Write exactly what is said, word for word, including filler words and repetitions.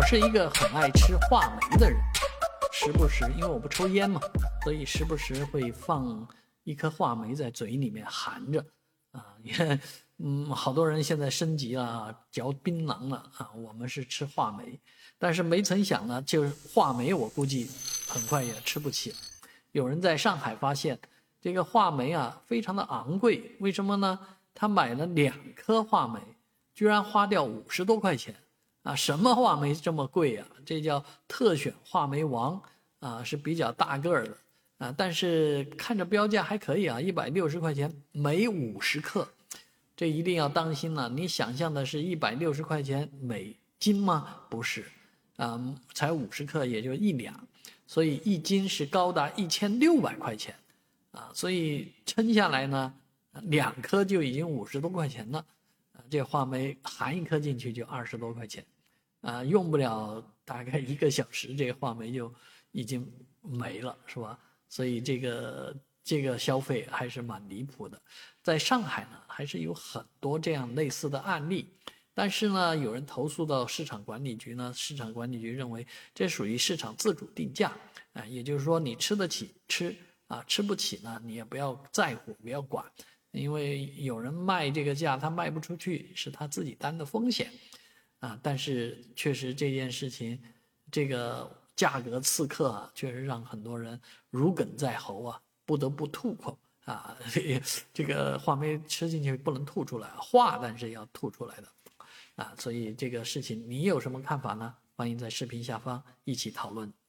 是一个很爱吃话梅的人，时不时因为我不抽烟嘛，所以时不时会放一颗话梅在嘴里面含着啊。也嗯，好多人现在升级了，嚼槟榔了啊。我们是吃话梅，但是没曾想呢，就是话梅我估计很快也吃不起了。有人在上海发现这个话梅啊非常的昂贵，为什么呢？他买了两颗话梅，居然花掉五十多块钱啊！什么话梅这么贵啊？这叫特选话梅王啊，是比较大个儿的啊，但是看着标价还可以啊，一百六十块钱每五十克，这一定要当心了。你想象的是一百六十块钱每斤吗？不是啊，才五十克也就一两，所以一斤是高达一千六百块钱啊，所以称下来呢，两颗就已经五十多块钱了。这话梅含一颗进去就二十多块钱，啊，用不了大概一个小时，这个话梅就已经没了，是吧？所以这个这个消费还是蛮离谱的。在上海呢，还是有很多这样类似的案例，但是呢，有人投诉到市场管理局呢，市场管理局认为这属于市场自主定价，啊，也就是说你吃得起吃啊，吃不起呢，你也不要在乎，不要管。因为有人卖这个价他卖不出去，是他自己担的风险啊。但是确实这件事情，这个价格刺客啊，确实让很多人如鲠在喉啊，不得不吐口啊。这个话梅吃进去不能吐出来，话但是要吐出来的啊。所以这个事情你有什么看法呢？欢迎在视频下方一起讨论。